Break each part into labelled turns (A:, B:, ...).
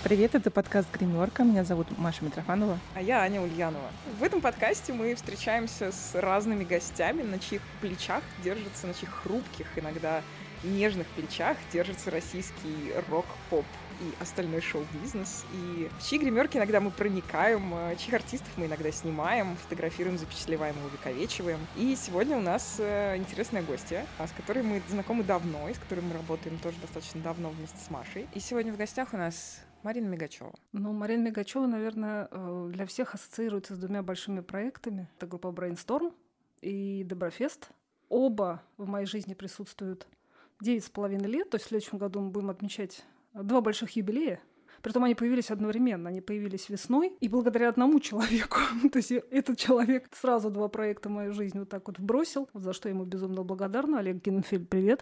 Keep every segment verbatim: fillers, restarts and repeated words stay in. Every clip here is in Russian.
A: Привет, это подкаст «Гримерка». Меня зовут Маша Митрофанова.
B: А я Аня Ульянова. В этом подкасте мы встречаемся с разными гостями, на чьих плечах держится, на чьих хрупких, иногда нежных плечах держится российский рок-поп и остальной шоу-бизнес, и в чьи гримерки иногда мы проникаем, чьих артистов мы иногда снимаем, фотографируем, запечатлеваем и увековечиваем. И сегодня у нас интересная гостья, с которой мы знакомы давно, и с которой мы работаем тоже достаточно давно вместе с Машей. И сегодня в гостях у нас Марина Мигачева.
C: Ну, Марина Мигачева, наверное, для всех ассоциируется с двумя большими проектами. Это группа Brainstorm и Доброфест. Оба в моей жизни присутствуют девять с половиной лет, то есть в следующем году мы будем отмечать два больших юбилея. Притом они появились одновременно. Они появились весной, и благодаря одному человеку. То есть этот человек сразу два проекта в мою жизнь вот так вот вбросил, за что я ему безумно благодарна. Олег Генфельд, привет.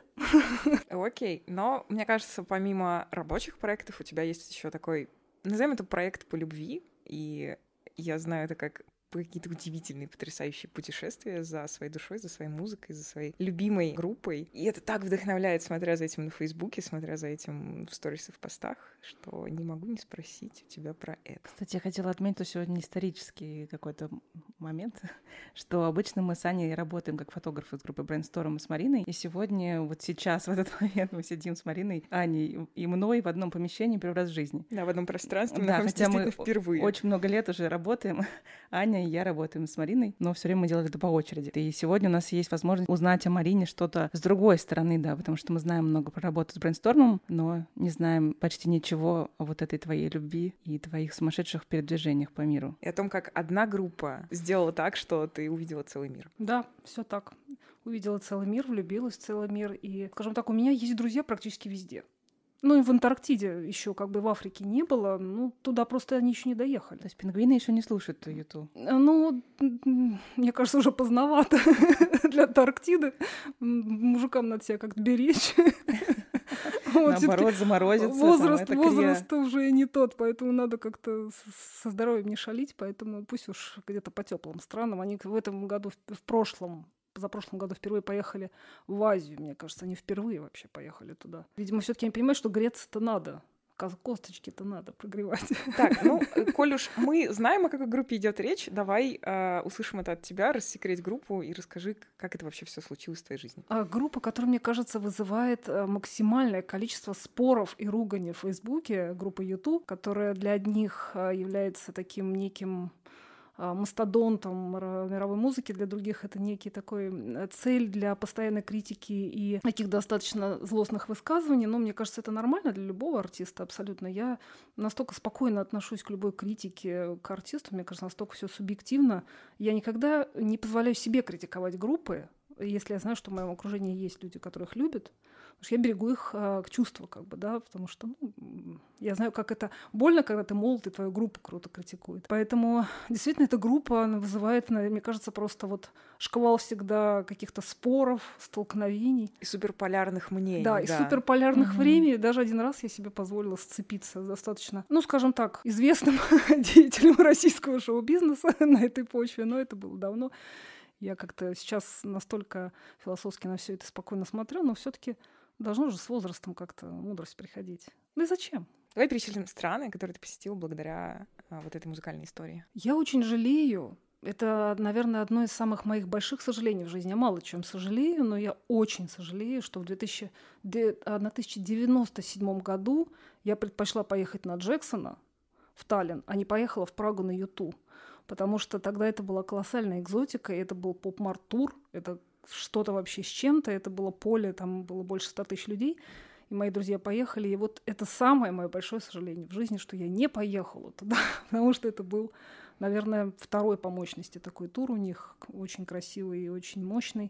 B: Окей, но мне кажется, помимо рабочих проектов у тебя есть еще такой, назовем это проект по любви, и я знаю это как какие-то удивительные, потрясающие путешествия за своей душой, за своей музыкой, за своей любимой группой. И это так вдохновляет, смотря за этим на Фейсбуке, смотря за этим в сторисах, в постах, что не могу не спросить у тебя про это.
A: Кстати, я хотела отметить, что сегодня исторический какой-то момент, что обычно мы с Аней работаем как фотографы с группой Brainstorm и с Мариной, и сегодня, вот сейчас, в этот момент мы сидим с Мариной, Аней и мной в одном помещении первый раз в жизни.
B: Да, в одном пространстве,
A: да, хотя мы
B: впервые.
A: Очень много лет уже работаем, Аня и я работаем с Мариной, но все время мы делали это по очереди. И сегодня у нас есть возможность узнать о Марине что-то с другой стороны, да, потому что мы знаем много про работу с Brainstorm, но не знаем почти ничего о вот этой твоей любви и твоих сумасшедших передвижениях по миру.
B: И о том, как одна группа сделала так, что ты увидела целый мир.
C: Да, все так. Увидела целый мир, влюбилась в целый мир. И, скажем так, у меня есть друзья практически везде. Ну и в Антарктиде еще как бы в Африке не было, ну туда просто они еще не доехали.
A: То есть пингвины еще не слушают YouTube?
C: Ну, мне кажется, уже поздновато для Антарктиды. Мужикам надо себя как-то беречь.
A: Наоборот, заморозиться.
C: Возраст, возраст уже не тот, поэтому надо как-то со здоровьем не шалить, поэтому пусть уж где-то по теплым странам. Они в этом году, в прошлом, за прошлом году впервые поехали в Азию, мне кажется, они впервые вообще поехали туда. Видимо, все-таки они понимают, что греться-то надо. Косточки-то надо прогревать.
B: Так, ну, коль уж мы знаем, о какой группе идет речь, давай э, услышим это от тебя, рассекреть группу и расскажи, как это вообще все случилось в твоей жизни.
C: А, группа, которая, мне кажется, вызывает максимальное количество споров и ругани в Фейсбуке, группа YouTube, которая для одних является таким неким мастодонтом мировой музыки, для других это некий такой цель для постоянной критики и таких достаточно злостных высказываний, но мне кажется, это нормально для любого артиста абсолютно. Я настолько спокойно отношусь к любой критике к артисту, мне кажется, настолько все субъективно. Я никогда не позволяю себе критиковать группы, если я знаю, что в моем окружении есть люди, которых любят, потому что я берегу их а, к чувству, как бы, да, потому что ну, я знаю, как это больно, когда ты молод, и твою группу круто критикует. Поэтому действительно эта группа она вызывает, мне кажется, просто вот шквал всегда каких-то споров, столкновений.
B: И суперполярных мнений.
C: Да,
B: да.
C: и суперполярных mm-hmm. времени. Даже один раз я себе позволила сцепиться с достаточно, ну, скажем так, известным деятелем российского шоу-бизнеса на этой почве, но это было давно. Я как-то сейчас настолько философски на все это спокойно смотрю, но все-таки должно же с возрастом как-то мудрость приходить. Ну и зачем?
B: Давай перечислим страны, которые ты посетила благодаря а, вот этой музыкальной истории.
C: Я очень жалею. Это, наверное, одно из самых моих больших сожалений в жизни. Я мало чем сожалею, но я очень сожалею, что в тысяча девятьсот девяносто седьмом году я предпочла поехать на Джексона в Таллин, а не поехала в Прагу на Юту. Потому что тогда это была колоссальная экзотика, и это был поп-март-тур, это что-то вообще с чем-то, это было поле, там было больше ста тысяч людей, и мои друзья поехали, и вот это самое мое большое сожаление в жизни, что я не поехала туда, потому что это был, наверное, второй по мощности такой тур у них, очень красивый и очень мощный.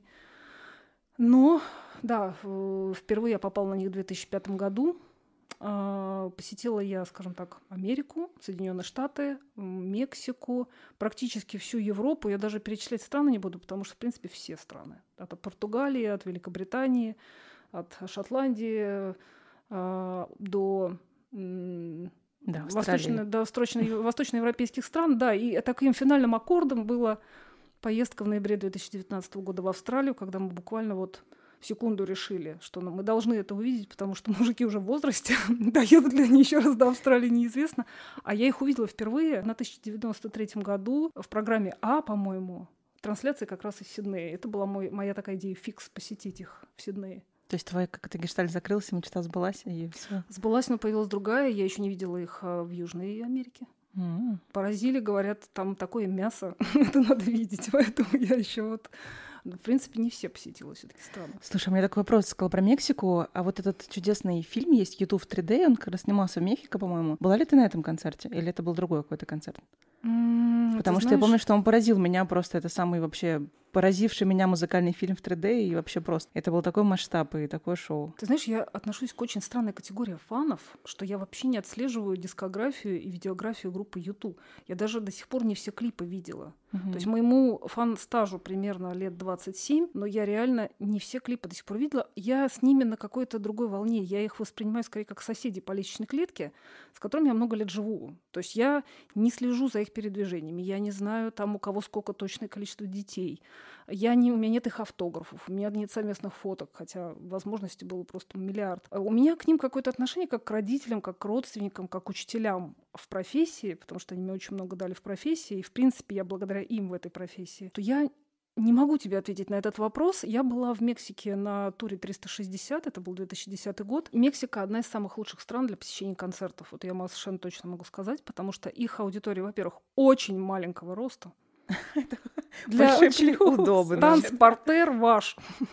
C: Но, да, впервые я попала на них в две тысячи пятом году. Посетила я, скажем так, Америку, Соединенные Штаты, Мексику, практически всю Европу. Я даже перечислять страны не буду, потому что, в принципе, все страны. От Португалии, от Великобритании, от Шотландии э, до, м,
A: да,
C: восточно, до восточно- восточноевропейских стран. Да, и таким финальным аккордом была поездка в ноябре две тысячи девятнадцатого года в Австралию, когда мы буквально вот в секунду решили, что ну, мы должны это увидеть, потому что мужики уже в возрасте, доедут ли они еще раз до Австралии, неизвестно. А я их увидела впервые на тысяча девятьсот девяносто третьем году в программе «А», по-моему, трансляции как раз из Сиднея. Это была мой, моя такая идея фикс посетить их в Сиднее.
A: То есть твой как-то гештальт закрылся, мечта сбылась, и все.
C: Сбылась, но появилась другая. Я еще не видела их в Южной Америке.
A: Mm-hmm.
C: Поразили, говорят, там такое мясо, это надо видеть, поэтому я еще вот... В принципе, не все посетила все-таки страну.
A: Слушай, у меня такой вопрос. Сказала про Мексику, а вот этот чудесный фильм есть YouTube в три дэ, он когда снимался в Мехико, по-моему. Была ли ты на этом концерте? Или это был другой какой-то концерт?
C: Mm,
A: Потому что знаешь... я помню, что он поразил меня просто. Это самый вообще поразивший меня музыкальный фильм в три дэ, и вообще просто. Это был такой масштаб и такое шоу.
C: Ты знаешь, я отношусь к очень странной категории фанов, что я вообще не отслеживаю дискографию и видеографию группы юту. Я даже до сих пор не все клипы видела. Uh-huh. То есть моему фан-стажу примерно лет двадцать семь, но я реально не все клипы до сих пор видела. Я с ними на какой-то другой волне. Я их воспринимаю скорее как соседи по лестничной клетке, с которыми я много лет живу. То есть я не слежу за их передвижениями, я не знаю там у кого сколько точное количество детей. Я не, у меня нет их автографов, у меня нет совместных фоток, хотя возможностей было просто миллиард. У меня к ним какое-то отношение как к родителям, как к родственникам, как к учителям в профессии, потому что они мне очень много дали в профессии, и, в принципе, я благодаря им в этой профессии. То я не могу тебе ответить на этот вопрос. Я была в Мексике на туре триста шестьдесят, это был две тысячи десятый год. Мексика — одна из самых лучших стран для посещения концертов. Вот я совершенно точно могу сказать, потому что их аудитория, во-первых, очень маленького роста.
B: Для очень удобно.
C: Танцпортер ваш.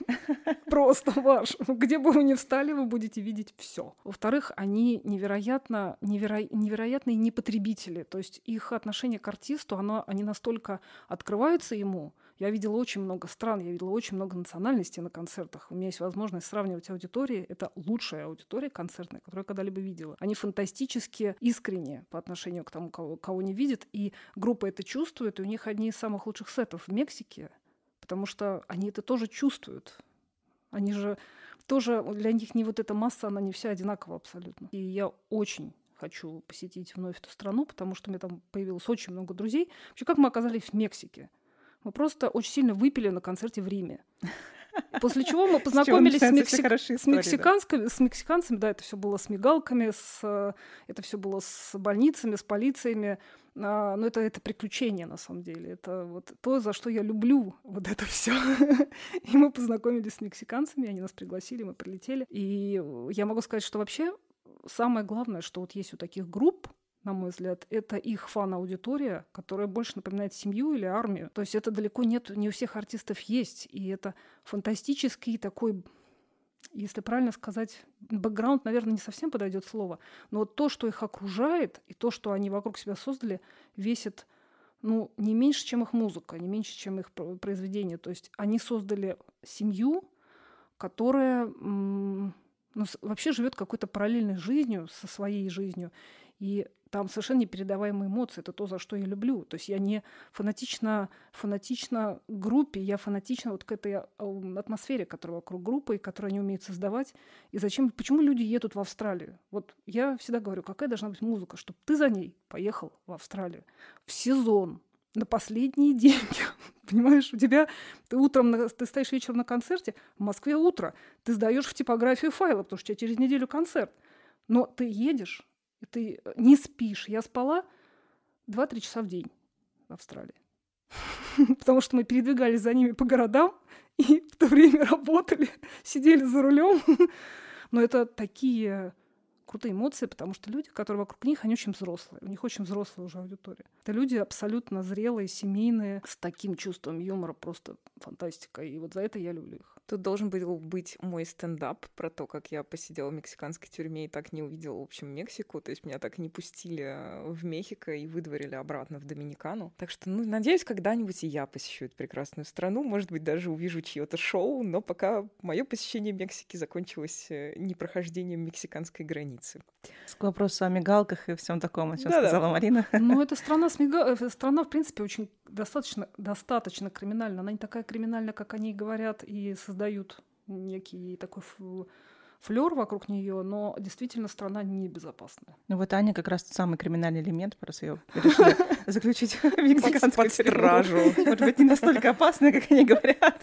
C: Просто ваш. Где бы вы ни встали, вы будете видеть все. Во-вторых, они невероятно, неверо... невероятные непотребители. То есть их отношение к артисту, оно, они настолько открываются ему. Я видела очень много стран, я видела очень много национальностей на концертах. У меня есть возможность сравнивать аудитории. Это лучшая аудитория концертная, которую я когда-либо видела. Они фантастически искренние по отношению к тому, кого, кого не видят. И группа это чувствует, и у них одни из самых лучших сетов в Мексике, потому что они это тоже чувствуют. Они же тоже, для них не вот эта масса, она не вся одинакова абсолютно. И я очень хочу посетить вновь эту страну, потому что у меня там появилось очень много друзей. Вообще, как мы оказались в Мексике? Мы просто очень сильно выпили на концерте в Риме. После чего мы познакомились с, мексик... с, мексиканскими... с мексиканцами. Да, это все было с мигалками, с... это все было с больницами, с полициями. А, но это, это приключение, на самом деле. Это вот то, за что я люблю вот это все. И мы познакомились с мексиканцами, они нас пригласили, мы прилетели. И я могу сказать, что вообще самое главное, что вот есть у таких групп, на мой взгляд, это их фан-аудитория, которая больше напоминает семью или армию. То есть это далеко нет, не у всех артистов есть. И это фантастический такой, если правильно сказать, бэкграунд, наверное, не совсем подойдет слово, но вот то, что их окружает, и то, что они вокруг себя создали, весит ну, не меньше, чем их музыка, не меньше, чем их произведение. То есть они создали семью, которая м- ну, вообще живет какой-то параллельной жизнью со своей жизнью. И там совершенно непередаваемые эмоции. Это то, за что я люблю. То есть я не фанатично, фанатично группе, я фанатично вот к этой атмосфере, которая вокруг группы, и которую они умеют создавать. И зачем, почему люди едут в Австралию? Вот я всегда говорю, какая должна быть музыка, чтобы ты за ней поехал в Австралию в сезон, на последние деньги. Понимаешь, у тебя, ты утром, ты стоишь вечером на концерте, в Москве утро, ты сдаешь в типографию файлы, потому что у тебя через неделю концерт. Но ты едешь, ты не спишь. Я спала два-три часа в день в Австралии. Потому что мы передвигались за ними по городам и в то время работали, сидели за рулем. Но это такие крутые эмоции, потому что люди, которые вокруг них, они очень взрослые. У них очень взрослая уже аудитория. Это люди абсолютно зрелые, семейные, с таким чувством юмора, просто фантастика. И вот за это я люблю их.
B: Тут должен был быть мой стендап про то, как я посидела в мексиканской тюрьме и так не увидела, в общем, Мексику. То есть меня так не пустили в Мехико и выдворили обратно в Доминикану. Так что, ну, надеюсь, когда-нибудь и я посещу эту прекрасную страну. Может быть, даже увижу чье-то шоу, но пока мое посещение Мексики закончилось непрохождением мексиканской границы.
A: К вопросу о мигалках и всем таком, о чем да, сказала да. Марина.
C: Ну, эта страна, с мига... страна, в принципе, очень достаточно, достаточно криминальна. Она не такая криминальная, как они говорят, и создают некий такой флёр вокруг нее, но действительно страна небезопасная.
A: Ну вот Аня как раз тот самый криминальный элемент, просто ее решили заключить в мексиканскую
B: стражу.
A: Может быть, не настолько опасная, как они говорят,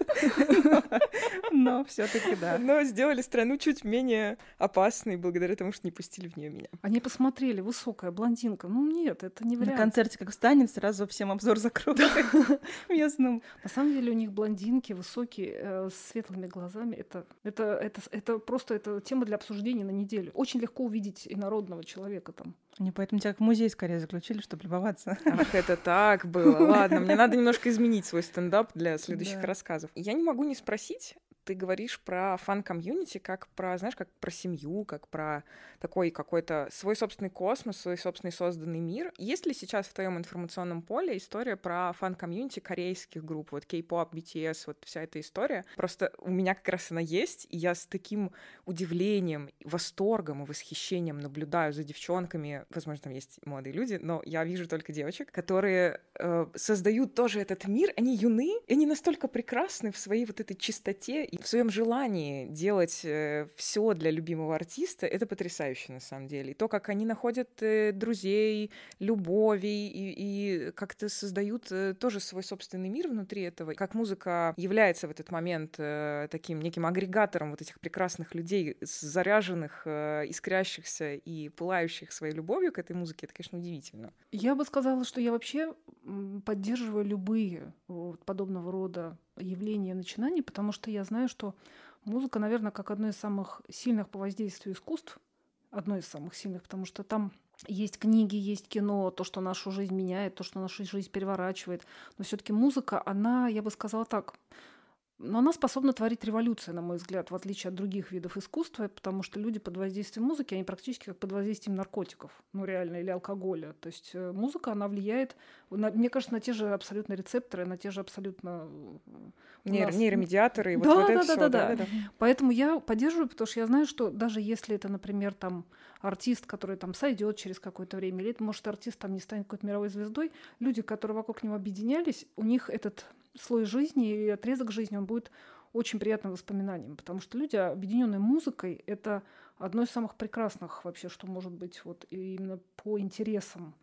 A: но все-таки да.
B: Но сделали страну чуть менее опасной благодаря тому, что не пустили в нее меня.
C: Они посмотрели, высокая блондинка. Ну нет, это не вариант.
A: На концерте как встанет, сразу всем обзор закроют местным.
C: На самом деле у них блондинки высокие, с светлыми глазами. Это, это, это, это просто это тема для обсуждения на неделю. Очень легко увидеть инородного человека там.
A: Они поэтому тебя в музей скорее заключили, чтобы любоваться.
B: Ах, это так было. Ладно, мне надо немножко изменить свой стендап для следующих
A: Да.
B: рассказов. Я не могу не спросить, ты говоришь про фан-комьюнити как про, знаешь, как про семью, как про такой какой-то свой собственный космос, свой собственный созданный мир. Есть ли сейчас в твоем информационном поле история про фан-комьюнити корейских групп, вот кей-поп, би ти эс, вот вся эта история? Просто у меня как раз она есть, и я с таким удивлением, восторгом и восхищением наблюдаю за девчонками, возможно, там есть молодые люди, но я вижу только девочек, которые э, создают тоже этот мир, они юны, и они настолько прекрасны в своей вот этой чистоте, и в своем желании делать э, все для любимого артиста, это потрясающе на самом деле. И то, как они находят э, друзей, любови и, и как-то создают э, тоже свой собственный мир внутри этого. Как музыка является в этот момент э, таким неким агрегатором вот этих прекрасных людей, заряженных, э, искрящихся и пылающих своей любовью к этой музыке, это, конечно, удивительно.
C: Я бы сказала, что я вообще поддерживаю любые вот подобного рода явления, начинаний, потому что я знаю, что музыка, наверное, как одно из самых сильных по воздействию искусств, одно из самых сильных, потому что там есть книги, есть кино, то, что нашу жизнь меняет, то, что нашу жизнь переворачивает. Но все-таки музыка, она, я бы сказала так, но она способна творить революцию, на мой взгляд, в отличие от других видов искусства, потому что люди под воздействием музыки, они практически как под воздействием наркотиков, ну реально, или алкоголя. То есть музыка, она влияет, на, мне кажется, на те же абсолютно рецепторы, на те же абсолютно...
B: Нейро,
C: нас...
B: Нейромедиаторы, и
C: да,
B: вот, вот
C: да,
B: это
C: да,
B: всё,
C: да,
B: да,
C: да,
B: да.
C: Поэтому я поддерживаю, потому что я знаю, что даже если это, например, там артист, который там сойдет через какое-то время, или это, может, артист там не станет какой-то мировой звездой, люди, которые вокруг него объединялись, у них этот слой жизни и отрезок жизни, он будет очень приятным воспоминанием, потому что люди, объединенные музыкой, это одно из самых прекрасных вообще, что может быть вот именно по интересам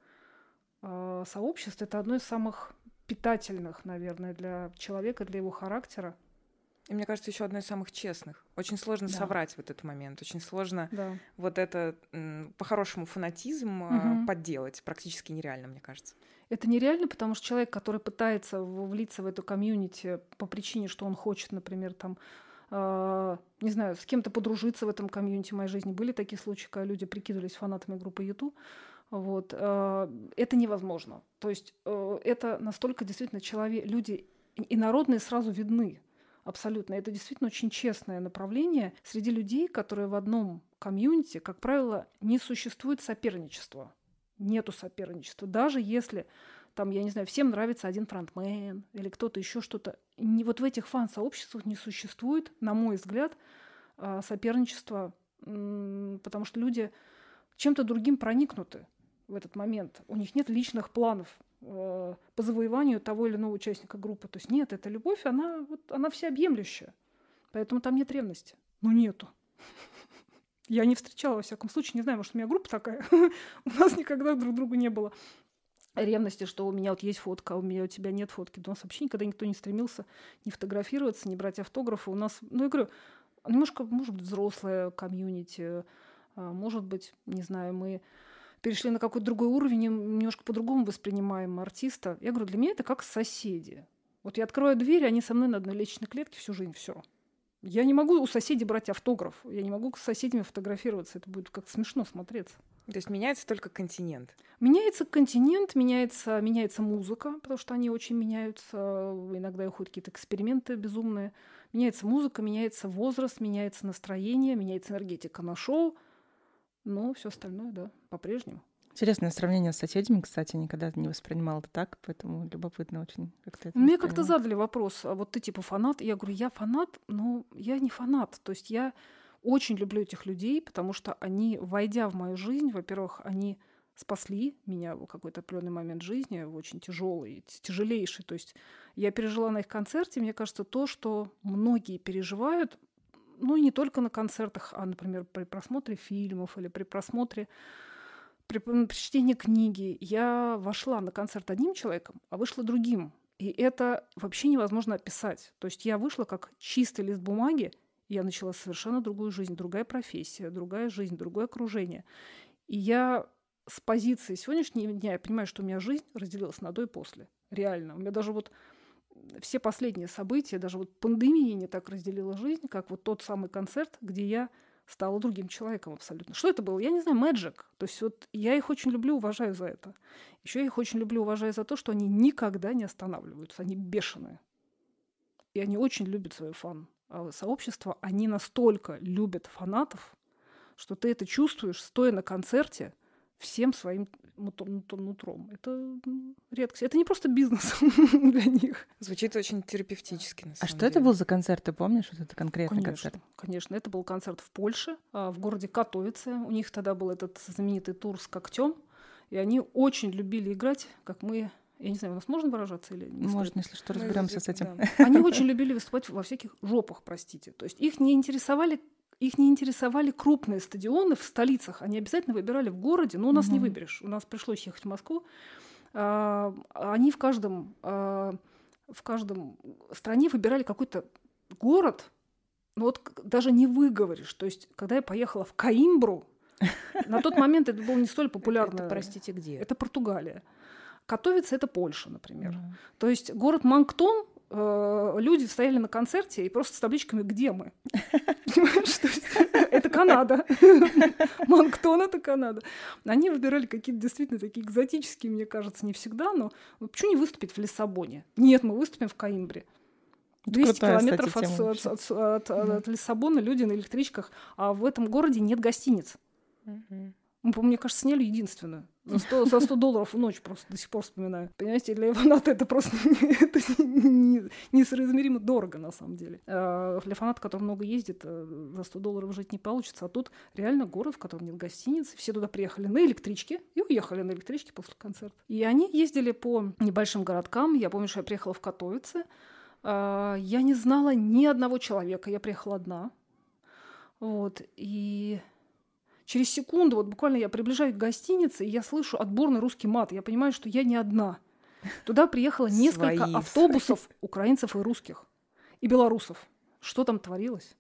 C: э, сообществ. Это одно из самых питательных, наверное, для человека, для его характера.
B: И мне кажется, еще одно из самых честных. Очень сложно
C: Да.
B: соврать в этот момент. Очень сложно
C: Да.
B: вот это м, по-хорошему фанатизм
C: Угу.
B: подделать. Практически нереально, мне кажется.
C: Это нереально, потому что человек, который пытается влиться в эту комьюнити по причине, что он хочет, например, там, э, не знаю, с кем-то подружиться в этом комьюнити. В моей жизни были такие случаи, когда люди прикидывались фанатами группы юту. Вот, э, это невозможно. То есть э, это настолько действительно человек, люди инородные сразу видны. Абсолютно. Это действительно очень честное направление. Среди людей, которые в одном комьюнити, как правило, не существует соперничества. Нету соперничества. Даже если, там, я не знаю, всем нравится один фронтмен или кто-то еще что-то. Не, вот в этих фан-сообществах не существует, на мой взгляд, соперничества, потому что люди чем-то другим проникнуты в этот момент. У них нет личных планов по завоеванию того или иного участника группы. То есть нет, эта любовь, она, вот, она всеобъемлющая. Поэтому там нет ревности. Ну, нету. Я не встречала, во всяком случае, не знаю, может, у меня группа такая. У нас никогда друг другу не было ревности, что у меня вот есть фотка, а у меня у тебя нет фотки. У нас вообще никогда никто не стремился не фотографироваться, не брать автографы. У нас, ну, я говорю, немножко, может быть, взрослое комьюнити, может быть, не знаю, мы перешли на какой-то другой уровень, немножко по-другому воспринимаем артиста. Я говорю, для меня это как соседи. Вот я открываю дверь, они со мной на одной лестничной клетке всю жизнь, все. Я не могу у соседей брать автограф, я не могу с соседями фотографироваться, это будет как-то смешно смотреться.
B: То есть меняется только континент.
C: Меняется континент, меняется, меняется музыка, потому что они очень меняются, иногда уходят какие-то эксперименты безумные. Меняется музыка, меняется возраст, меняется настроение, меняется энергетика на шоу, но все остальное, да, по-прежнему.
A: Интересное сравнение с соседями, кстати, никогда не воспринимала это так, поэтому любопытно очень, как ты это
C: Мне как-то задали вопрос, а вот ты типа фанат? Я говорю, я фанат, но я не фанат. То есть я очень люблю этих людей, потому что они, войдя в мою жизнь, во-первых, они спасли меня в какой-то определенный момент жизни, в очень тяжелый, тяжелейший. То есть я пережила на их концерте, мне кажется, то, что многие переживают, ну, не только на концертах, а, например, при просмотре фильмов или при просмотре, при, при чтении книги. Я вошла на концерт одним человеком, а вышла другим. И это вообще невозможно описать. То есть я вышла как чистый лист бумаги, и я начала совершенно другую жизнь, другая профессия, другая жизнь, другое окружение. И я с позиции сегодняшнего дня, я понимаю, что у меня жизнь разделилась на до и после. Реально. У меня даже вот все последние события, даже вот пандемия не так разделила жизнь, как вот тот самый концерт, где я стала другим человеком абсолютно. Что это было? Я не знаю, Magic. То есть вот я их очень люблю, уважаю за это. Еще я их очень люблю, уважаю за то, что они никогда не останавливаются. Они бешеные. И они очень любят свою фан-сообщество. Они настолько любят фанатов, что ты это чувствуешь, стоя на концерте, всем своим нутром. Это редкость. Это не просто бизнес для них.
B: Звучит очень терапевтически, на самом
A: А что
B: деле.
A: это был за концерт? Ты помнишь? Вот это конкретный
C: Конечно,
A: концерт?
C: конечно. Это был концерт в Польше, в городе Катовице. У них тогда был этот знаменитый тур с Когтем. И они очень любили играть, как мы... Я не знаю, у нас можно выражаться или не
A: Можно,
C: стоит?
A: если что,
B: Мы
A: разберемся
B: здесь,
A: с этим.
B: да.
C: Они очень любили выступать во всяких жопах, простите. То есть их не интересовали Их не интересовали крупные стадионы в столицах. Они обязательно выбирали в городе, но у нас
A: Мгм.
C: не выберешь. У нас пришлось ехать в Москву. А, Они в каждом, а, в каждом стране выбирали какой-то город, но вот к- даже не выговоришь. То есть, когда я поехала в Коимбру, на тот момент это было не столь популярно.
B: Это, простите, где?
C: Это Португалия. Катовице — это Польша, например.
A: Мгм.
C: То есть город Монктон, э, люди стояли на концерте и просто с табличками «Где мы?». Понимаешь? То есть это Канада. Монктон — это Канада. Они выбирали какие-то действительно такие экзотические, мне кажется, не всегда, но ну, почему не выступить в Лиссабоне? Нет, мы выступим в Коимбре. двести
A: крутая,
C: километров
A: кстати,
C: от,
A: тема
C: от-
A: вообще.
C: от- от- от Лиссабона люди на электричках, а в этом городе нет гостиниц.
B: Мгм.
C: Мы, по- мне кажется, сняли единственную. За сто, за сто долларов в ночь просто до сих пор вспоминаю. Понимаете, для фаната это просто это не- несоизмеримо дорого, на самом деле. А для фаната, который много ездит, э, за сто долларов жить не получится. А тут реально город, в котором нет гостиниц. Все туда приехали на электричке и уехали на электричке после концерта. И они ездили по небольшим городкам. Я помню, что я приехала в Катовице. А, Я не знала ни одного человека. Я приехала одна. Вот. И... Через секунду, вот буквально я приближаюсь к гостинице, и я слышу отборный русский мат. Я понимаю, что я не одна. Туда приехало несколько
B: Свои.
C: автобусов украинцев и русских, и белорусов. Что там творилось?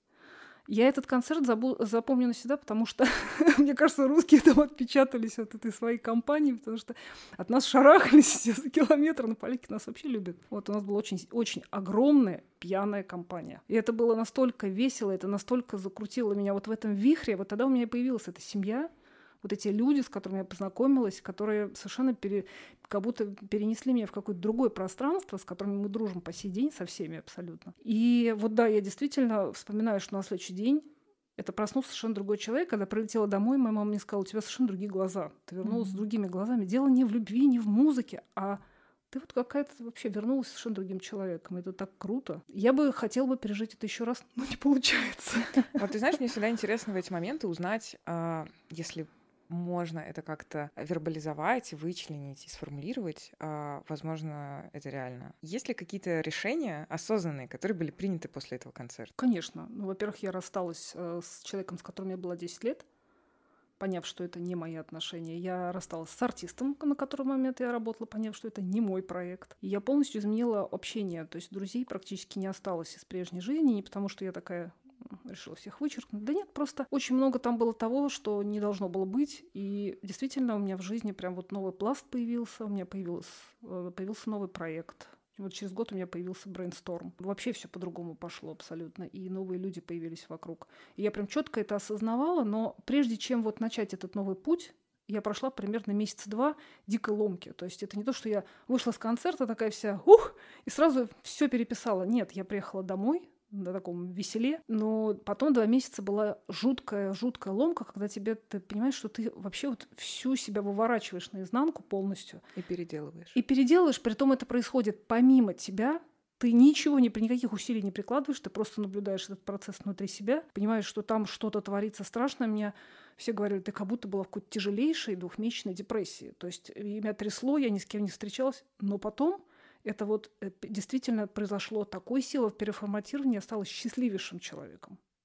C: Я этот концерт забу- запомню навсегда, потому что, мне кажется, русские там отпечатались от этой своей компании, потому что от нас шарахались все за километр, но поляки нас вообще любят. Вот у нас была очень, очень огромная пьяная компания. И это было настолько весело, это настолько закрутило меня вот в этом вихре. Вот тогда у меня и появилась эта семья, вот эти люди, с которыми я познакомилась, которые совершенно пере... как будто перенесли меня в какое-то другое пространство, с которыми мы дружим по сей день, со всеми абсолютно. И вот да, я действительно вспоминаю, что на следующий день это проснулся совершенно другой человек. Когда прилетела домой, моя мама мне сказала: у тебя совершенно другие глаза. Ты вернулась
A: Мгм.
C: с другими глазами. Дело не в любви, не в музыке, а ты вот какая-то вообще вернулась совершенно другим человеком. Это так круто. Я бы хотела бы пережить это еще раз, но не получается.
B: Вот ты знаешь, мне всегда интересно в эти моменты узнать, а, если можно это как-то вербализовать, вычленить и сформулировать, а, возможно, это реально. Есть ли какие-то решения осознанные, которые были приняты после этого концерта?
C: Конечно. Ну, во-первых, я рассталась э, с человеком, с которым я была десять лет, поняв, что это не мои отношения. Я рассталась с артистом, на котором момент я работала, поняв, что это не мой проект. И я полностью изменила общение. То есть друзей практически не осталось из прежней жизни, не потому что я такая м, решила всех вычеркнуть. Да нет, просто очень много там было того, что не должно было быть. И действительно у меня в жизни прям вот новый пласт появился, у меня появилась, э, появился новый проект. Вот через год у меня появился брейнсторм. Вообще все по-другому пошло абсолютно. И новые люди появились вокруг. И я прям четко это осознавала, но прежде чем вот начать этот новый путь, я прошла примерно месяц-два дикой ломки. То есть это не то, что я вышла с концерта такая вся ух, и сразу все переписала. Нет, я приехала домой на таком веселе, но потом два месяца была жуткая, жуткая ломка, когда тебе, ты понимаешь, что ты вообще вот всю себя выворачиваешь наизнанку полностью.
B: И переделываешь.
C: И переделываешь, притом это происходит помимо тебя. Ты ничего, ни, никаких усилий не прикладываешь, ты просто наблюдаешь этот процесс внутри себя, понимаешь, что там что-то творится страшное. Мне все говорили: ты как будто была в какой-то тяжелейшей двухмесячной депрессии. То есть меня трясло, я ни с кем не встречалась, но потом это вот э, действительно произошло такой силой в переформатировании, я стала счастливейшим человеком.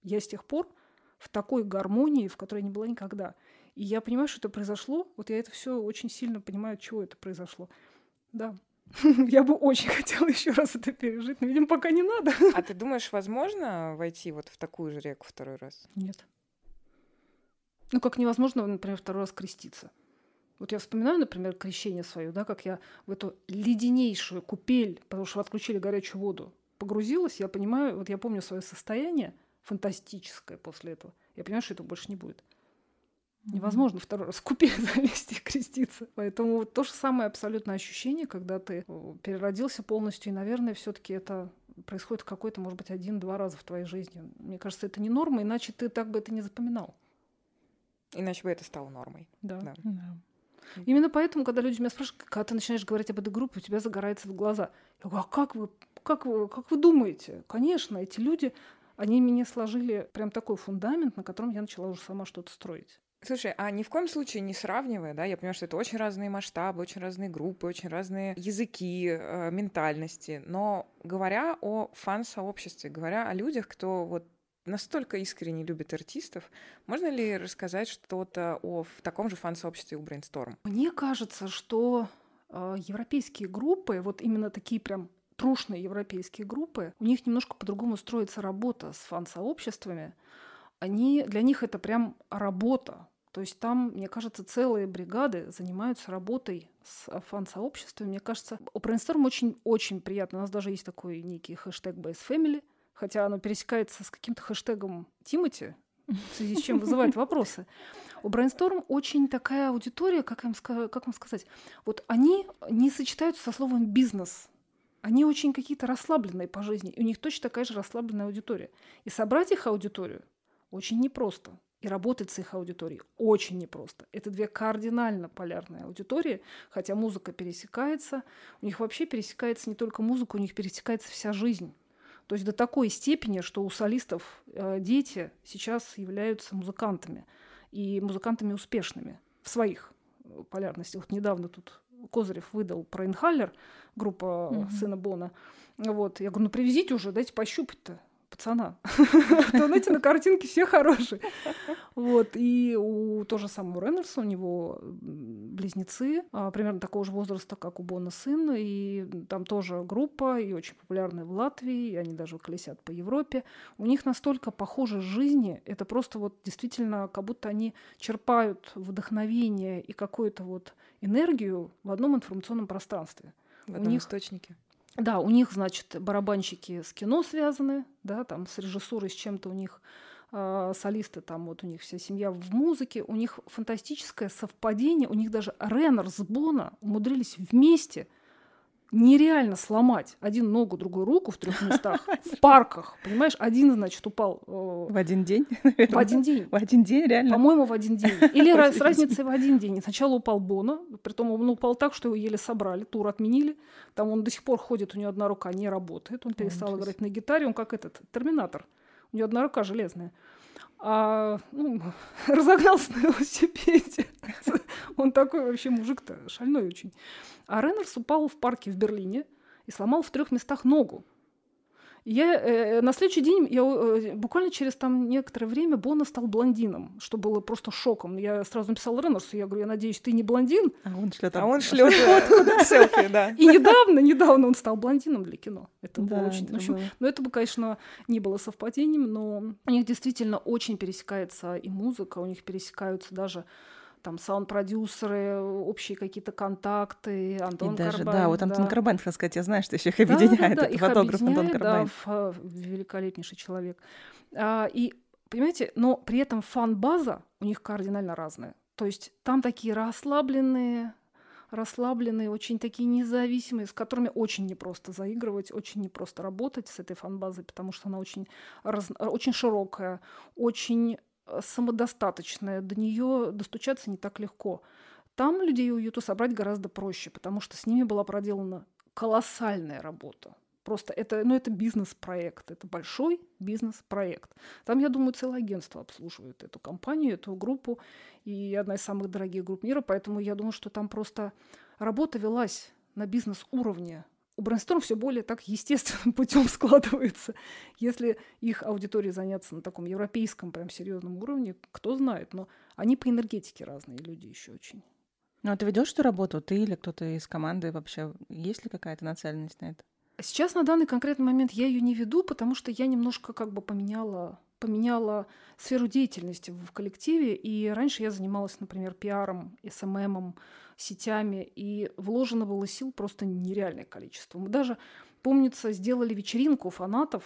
C: Я с тех пор в такой гармонии, в которой не была никогда. И я понимаю, что это произошло. Вот я это все очень сильно понимаю, от чего это произошло. Да. Я бы очень хотела еще раз это пережить, но, видимо, пока не надо.
B: А ты думаешь, возможно войти вот в такую же реку второй раз?
C: Нет. Ну, как невозможно, например, второй раз креститься. Вот я вспоминаю, например, крещение свое, да, как я в эту леденейшую купель, потому что отключили горячую воду, погрузилась, я понимаю, вот я помню свое состояние фантастическое после этого. Я понимаю, что этого больше не будет. Невозможно второй раз в купель залезть и креститься. Поэтому вот то же самое абсолютно ощущение, когда ты переродился полностью, и, наверное, все-таки это происходит какой-то, может быть, один-два раза в твоей жизни. Мне кажется, это не норма, иначе ты так бы это не запоминал.
B: Иначе бы это стало нормой.
C: Да.
A: Да.
C: Именно поэтому, когда люди меня спрашивают, когда ты начинаешь говорить об этой группе, у тебя загорается в глаза. Я говорю, а как вы, как вы, как вы думаете? Конечно, эти люди, они мне сложили прям такой фундамент, на котором я начала уже сама что-то строить.
B: Слушай, а ни в коем случае не сравнивая, да, я понимаю, что это очень разные масштабы, очень разные группы, очень разные языки, э, ментальности, но говоря о фан-сообществе, говоря о людях, кто вот настолько искренне любит артистов, можно ли рассказать что-то о в таком же фан-сообществе у Brainstorm?
C: Мне кажется, что э, европейские группы, вот именно такие прям трушные европейские группы, у них немножко по-другому строится работа с фан-сообществами. Они, для них это прям работа. То есть там, мне кажется, целые бригады занимаются работой с фан-сообществом. Мне кажется, у Brainstorm очень-очень приятно. У нас даже есть такой некий хэштег Base Family, хотя оно пересекается с каким-то хэштегом Тимати, в связи с чем вызывает вопросы. У Brainstorm очень такая аудитория, как, им, как вам сказать, вот они не сочетаются со словом «бизнес». Они очень какие-то расслабленные по жизни, и у них точно такая же расслабленная аудитория. И собрать их аудиторию очень непросто. И работать с их аудиторией очень непросто. Это две кардинально полярные аудитории, хотя музыка пересекается. У них вообще пересекается не только музыка, у них пересекается вся жизнь. То есть до такой степени, что у солистов э, дети сейчас являются музыкантами. И музыкантами успешными в своих полярностях. Вот недавно тут Козырев выдал про «Инхалер», группа mm-hmm. сына Бона. Вот. Я говорю, ну привезите уже, дайте пощупать-то пацана. То, знаете, на картинке все хорошие. Вот. И у того же самого Реннерса, у него близнецы, примерно такого же возраста, как у Бона сын. И там тоже группа, и очень популярная в Латвии, и они даже колесят по Европе. У них настолько похожи жизни, это просто вот действительно, как будто они черпают вдохновение и какую-то вот энергию в одном информационном пространстве.
B: В одном
C: них...
B: источнике.
C: Да, у них, значит, барабанщики с кино связаны, да, там с режиссурой, с чем-то у них э, солисты, там вот у них вся семья в музыке, у них фантастическое совпадение, у них даже Реннер с Бона умудрились вместе нереально сломать один ногу, другую руку в трех местах, в парках, понимаешь? Один, значит, упал...
A: В один день?
C: В один день.
A: В один день, реально?
C: По-моему, в один день. Или с разницей в один день. Сначала упал Боно, притом он упал так, что его еле собрали, тур отменили. Там он до сих пор ходит, у него одна рука не работает, он перестал играть на гитаре, он как этот, терминатор. У него одна рука железная. А, ну, разогнался на велосипеде. Он такой вообще мужик-то шальной очень. А Реннерс упал в парке в Берлине и сломал в трех местах ногу. Я, э, на следующий день, я, э, буквально через там некоторое время, Боно стал блондином, что было просто шоком. Я сразу написала Реннерсу, я говорю, я надеюсь, ты не блондин.
A: А он шлет
B: а он шлет селфи, да.
C: И недавно, недавно он стал блондином для кино. Это
A: да,
C: было очень...
A: Это
C: в общем,
A: было.
C: ну, это бы, конечно, не было совпадением, но у них действительно очень пересекается и музыка, у них пересекаются даже там саунд-продюсеры, общие какие-то контакты, Антон
A: и даже,
C: Карбайн.
A: Да, вот Антон
C: да.
A: Карбайн, хотел сказать, я знаю, что еще их объединяет.
C: Да, да, да,
A: это
C: их
A: фотограф Антон Карбайн.
C: Да, ф- великолепнейший человек. А, и, понимаете, но при этом фан-база у них кардинально разная. То есть там такие расслабленные, расслабленные, очень такие независимые, с которыми очень непросто заигрывать, очень непросто работать с этой фан-базой, потому что она очень, раз, очень широкая, очень самодостаточная, до нее достучаться не так легко. Там людей уюту собрать гораздо проще, потому что с ними была проделана колоссальная работа. Просто это, ну, это бизнес-проект, это большой бизнес-проект. Там, я думаю, целое агентство обслуживает эту компанию, эту группу, и одна из самых дорогих групп мира, поэтому я думаю, что там просто работа велась на бизнес-уровне. у Brainstorm все более так естественным путем складывается. Если их аудитории заняться на таком европейском прям серьезном уровне, кто знает, но они по энергетике разные люди еще очень.
A: Ну, а ты ведешь эту работу, ты или кто-то из команды вообще? Есть ли какая-то нацеленность на это?
C: Сейчас на данный конкретный момент я ее не веду, потому что я немножко как бы поменяла, поменяла сферу деятельности в коллективе. И раньше я занималась, например, пиаром, эс эм эм, сетями, и вложено было сил просто нереальное количество. Мы даже, помнится, сделали вечеринку фанатов,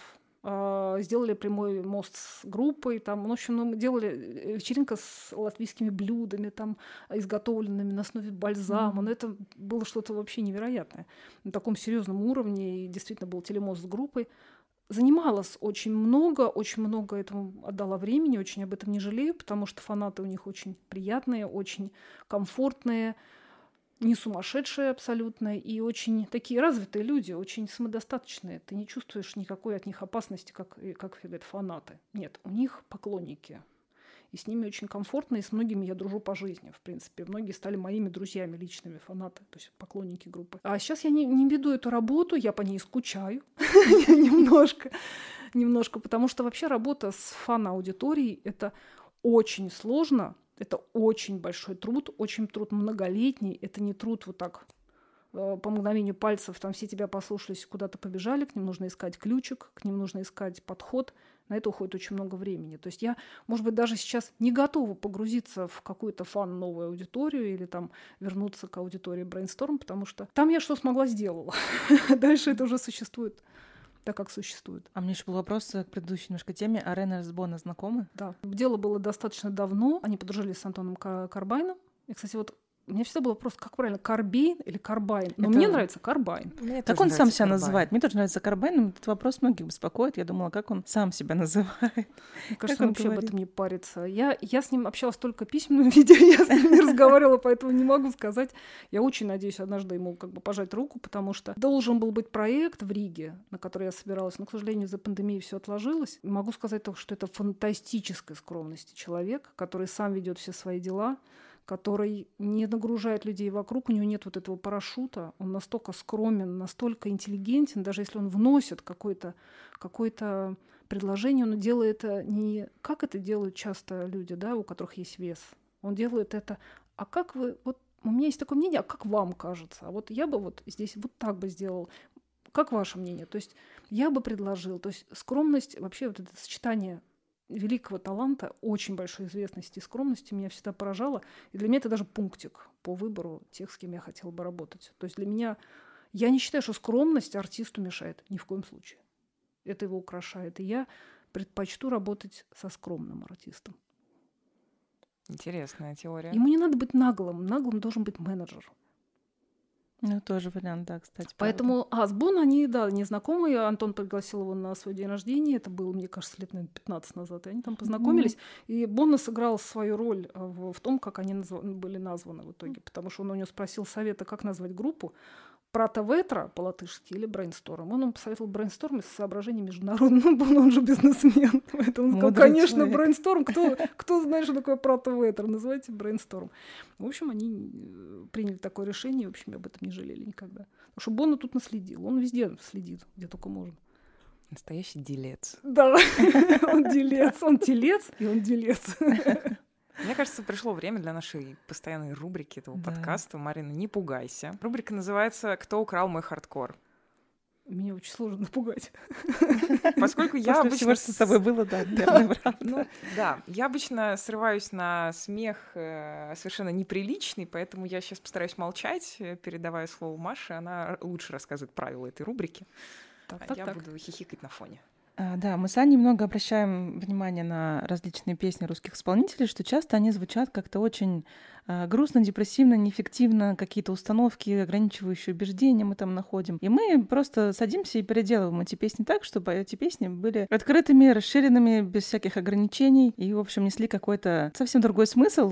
C: э, сделали прямой мост с группой, там, в общем, ну, мы делали вечеринка с латвийскими блюдами, там, изготовленными на основе бальзама, mm-hmm. но это было что-то вообще невероятное на таком серьезном уровне, и действительно был телемост с группой. Занималась очень много, очень много этому отдала времени, очень об этом не жалею, потому что фанаты у них очень приятные, очень комфортные, не сумасшедшие абсолютно, и очень такие развитые люди, очень самодостаточные. Ты не чувствуешь никакой от них опасности, как, как говорят фанаты. Нет, у них поклонники. И с ними очень комфортно, и с многими я дружу по жизни, в принципе. Многие стали моими друзьями, личными фанаты, то есть поклонники группы. А сейчас я не, не веду эту работу, я по ней скучаю немножко, немножко, потому что вообще работа с фан-аудиторией — это очень сложно, это очень большой труд, очень труд многолетний, это не труд вот так по мгновению пальцев, там все тебя послушались, куда-то побежали, к ним нужно искать ключик, к ним нужно искать подход. На это уходит очень много времени. То есть я, может быть, даже сейчас не готова погрузиться в какую-то фан-новую аудиторию или там вернуться к аудитории Brainstorm, потому что там я что смогла, сделала. Дальше это уже существует так, как существует.
A: А мне еще был вопрос к предыдущей немножко теме. А Ренер с Бонно знакомы?
C: Да. Дело было достаточно давно. Они подружились с Антоном Карбайном. И, кстати, вот у меня всегда был вопрос, как правильно, Карбейн или Карбайн? Но это... мне нравится Карбайн.
A: Мне как он сам себя Карбайн. Называет? Мне тоже нравится Карбайн. Этот вопрос многих беспокоит. Я думала, как он сам себя называет.
C: Мне кажется, он вообще говорит? Об этом не парится. Я, я с ним общалась только в письменном виде, я с ним не разговаривала, поэтому не могу сказать. Я очень надеюсь однажды ему как бы пожать руку, потому что должен был быть проект в Риге, на который я собиралась, но, к сожалению, из-за пандемии все отложилось. Могу сказать только, что это фантастической скромности человек, который сам ведет все свои дела, который не нагружает людей вокруг, у него нет вот этого парашюта, он настолько скромен, настолько интеллигентен, даже если он вносит какое-то, какое-то предложение, он делает это не как это делают часто люди, да, у которых есть вес. Он делает это, а как вы, вот у меня есть такое мнение, а как вам кажется? А вот я бы вот здесь вот так бы сделал. Как ваше мнение? То есть я бы предложил, то есть скромность, вообще вот это сочетание великого таланта, очень большой известности и скромности меня всегда поражало. И для меня это даже пунктик по выбору тех, с кем я хотела бы работать. То есть для меня... Я не считаю, что скромность артисту мешает. Ни в коем случае. Это его украшает. И я предпочту работать со скромным артистом.
B: Интересная теория.
C: Ему не надо быть наглым. Наглым должен быть менеджер.
A: Ну, тоже вариант, да, кстати.
C: Поэтому, правда. А, с Бонно они, да, незнакомые. Антон пригласил его на свой день рождения. Это было, мне кажется, лет, наверное, пятнадцать назад. И они там познакомились. Mm-hmm. И Бонно сыграл свою роль в, в том, как они назв... были названы в итоге. Потому что он у него спросил совета, как назвать группу. Прата Ветра по-латышски или Brainstorm. Он ему посоветовал Brainstorm из соображений международных. Ну, он же бизнесмен. Поэтому он сказал, конечно, человек. Brainstorm. Кто, кто знает, что такое Прата Ветра? Называйте Brainstorm. В общем, они приняли такое решение. В общем, об этом не жалели никогда. Потому что Бонно тут наследил. Он везде следит, где только можно.
B: Настоящий делец.
C: Да, он делец. Он телец, и он делец.
B: Мне кажется, пришло время для нашей постоянной рубрики этого да. подкаста. Марина, не пугайся. Рубрика называется «Кто украл мой хардкор?».
C: Меня очень сложно напугать.
B: Поскольку я
A: После
B: обычно...
A: всего, что с тобой было, да, наверное, правда.
B: Ну, да, я обычно срываюсь на смех э, совершенно неприличный, поэтому я сейчас постараюсь молчать, передавая слово Маше. Она лучше рассказывает правила этой рубрики. Так, а так, я так. буду хихикать на фоне.
A: А, да, мы с Аней много обращаем внимание на различные песни русских исполнителей, что часто они звучат как-то очень а, грустно, депрессивно, неэффективно, какие-то установки, ограничивающие убеждения мы там находим. И мы просто садимся и переделываем эти песни так, чтобы эти песни были открытыми, расширенными, без всяких ограничений и, в общем, несли какой-то совсем другой смысл,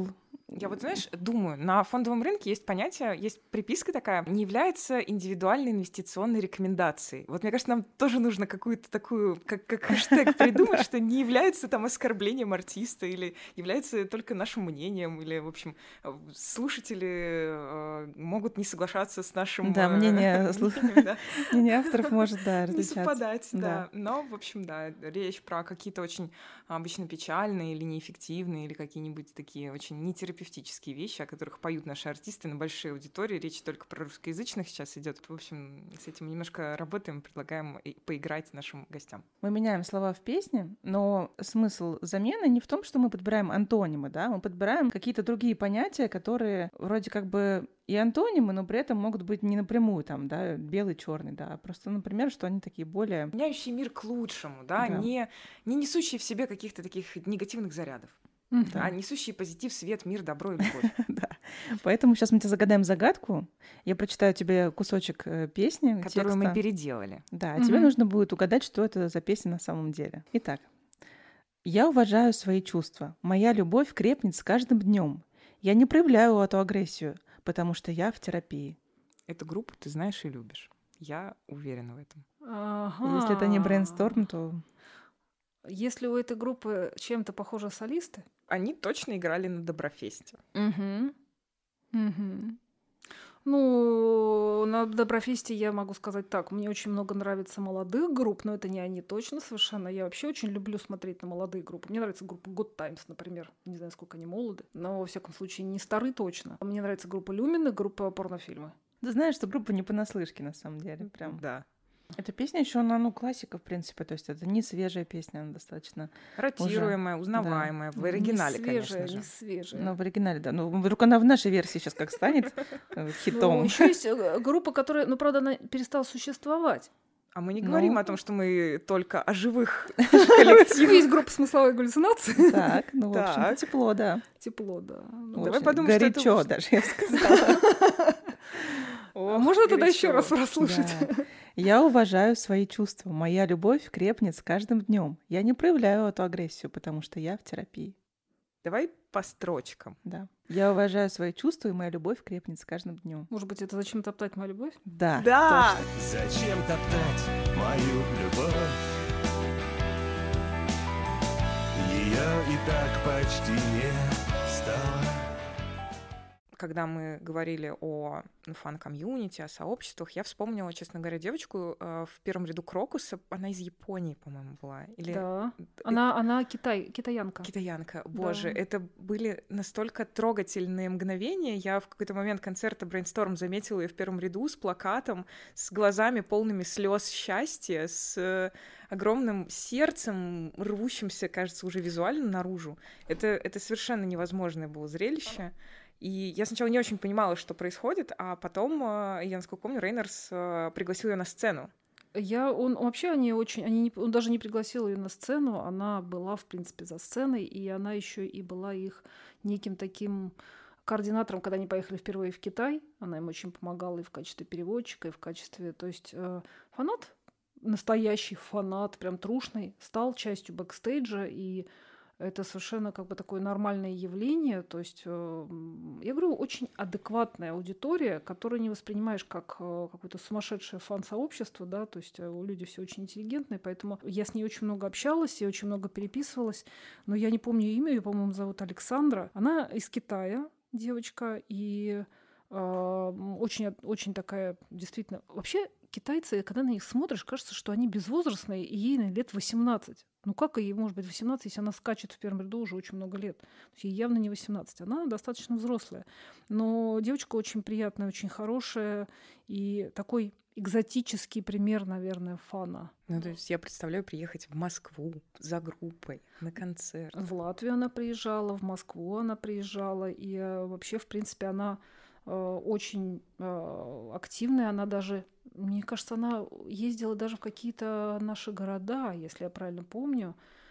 B: Я вот, знаешь, думаю, на фондовом рынке есть понятие, есть приписка такая, не является индивидуальной инвестиционной рекомендацией. Вот мне кажется, нам тоже нужно какую-то такую, как, как хэштег придумать, что не является там оскорблением артиста или является только нашим мнением, или, в общем, слушатели э, могут не соглашаться с нашим...
A: Да, мнение,
B: да.
A: мнение авторов может, да, различаться.
B: Не совпадать, да.
A: да.
B: Но, в общем, да, речь про какие-то очень обычно печальные или неэффективные, или какие-нибудь такие очень нетерпеливые терапевтические вещи, о которых поют наши артисты на большой аудитории. Речь только про русскоязычных сейчас идет. В общем, с этим немножко работаем, предлагаем поиграть нашим гостям.
A: Мы меняем слова в песне, но смысл замены не в том, что мы подбираем антонимы, да, мы подбираем какие-то другие понятия, которые вроде как бы и антонимы, но при этом могут быть не напрямую там, да, белый, черный, да, а просто, например, что они такие более...
B: Меняющие мир к лучшему, да,
A: да.
B: Не, не несущие в себе каких-то таких негативных зарядов. Да. А несущие позитив, свет, мир, добро и любовь.
A: Да. Поэтому сейчас мы тебе загадаем загадку. Я прочитаю тебе кусочек песни,
B: которую мы переделали.
A: Да, а тебе нужно будет угадать, что это за песня на самом деле. Итак. Я уважаю свои чувства. Моя любовь крепнет с каждым днем. Я не проявляю эту агрессию, потому что я в терапии.
B: Эту группу ты знаешь и любишь. Я уверена в этом.
C: Ага.
A: Если это не Brainstorm, то...
C: Если у этой группы чем-то похожи солисты?
B: Они точно играли на Доброфесте.
C: Угу. Угу. Ну, на Доброфесте я могу сказать так. Мне очень много нравится молодых групп, но это не они точно совершенно. Я вообще очень люблю смотреть на молодые группы. Мне нравится группа Good Times, например. Не знаю, сколько они молоды, но, во всяком случае, не стары точно. Мне нравится группа Люмин и группа Порнофильмы.
A: Ты знаешь, что группа не понаслышке, на самом деле. Прям.
B: Да.
A: Эта песня еще, она, ну, классика, в принципе, то есть это не свежая песня, она достаточно...
B: Ротируемая,
A: уже...
B: узнаваемая, да. В оригинале,
C: не свежая,
B: конечно же.
C: Не свежая.
A: Ну, в оригинале, да. Ну, вдруг она в нашей версии сейчас как станет хитом.
C: Ну, еще есть группа, которая, ну, правда, она перестала существовать.
B: А мы не
A: ну...
B: говорим о том, что мы только о живых коллективах.
C: Есть группа «Смысловой галлюцинации».
A: Так, ну, в общем-то, тепло, да.
C: Тепло, да.
B: Давай подумаем, что это...
A: Горячо даже, я сказала.
C: А можно тогда еще раз прослушать?
A: Да. Я уважаю свои чувства. Моя любовь крепнет с каждым днем. Я не проявляю эту агрессию, потому что я в терапии.
B: Давай по строчкам.
A: Да. Я уважаю свои чувства, и моя любовь крепнет с каждым днем.
C: Может быть, это «Зачем топтать мою любовь»?
A: Да.
B: Да.
A: Точно.
D: Зачем топтать мою любовь? Ее и так почти не стало.
B: Когда мы говорили о фан-комьюнити, о сообществах, я вспомнила, честно говоря, девочку э, в первом ряду Крокуса. Она из Японии, по-моему, была. Или...
C: Да. Она, она Китай, китаянка.
B: Китаянка. Боже,
C: да.
B: Это были настолько трогательные мгновения. Я в какой-то момент концерта Brainstorm заметила ее в первом ряду с плакатом, с глазами полными слез счастья, с огромным сердцем, рвущимся, кажется, уже визуально наружу. Это, это совершенно невозможное было зрелище. И я сначала не очень понимала, что происходит, а потом, я, насколько помню, Рейнерс пригласил ее на сцену.
C: Я, он вообще они очень, они не, он даже не пригласил ее на сцену, она была, в принципе, за сценой, и она еще и была их неким таким координатором, когда они поехали впервые в Китай. Она им очень помогала и в качестве переводчика, и в качестве, то есть э, фанат, настоящий фанат, прям трушный, стал частью бэкстейджа, и это совершенно как бы такое нормальное явление. То есть, э, я говорю, очень адекватная аудитория, которую не воспринимаешь как э, какое-то сумасшедшее фан-сообщество, да, то есть э, люди все очень интеллигентные, поэтому я с ней очень много общалась и очень много переписывалась, но я не помню имя, ее, по-моему, зовут Александра. Она из Китая, девочка, и э, очень, очень такая, действительно... Вообще, китайцы, когда на них смотришь, кажется, что они безвозрастные, и ей наверное, лет восемнадцать. Ну как ей может быть восемнадцать, если она скачет в первом ряду уже очень много лет? То есть ей явно не восемнадцать. Она достаточно взрослая. Но девочка очень приятная, очень хорошая. И такой экзотический пример, наверное, фана.
B: Ну, то есть я представляю приехать в Москву за группой на концерт.
C: В Латвию она приезжала, в Москву она приезжала. И вообще, в принципе, она очень активная. Она даже... Мне кажется, она ездила даже в какие-то наши города, если я правильно помню.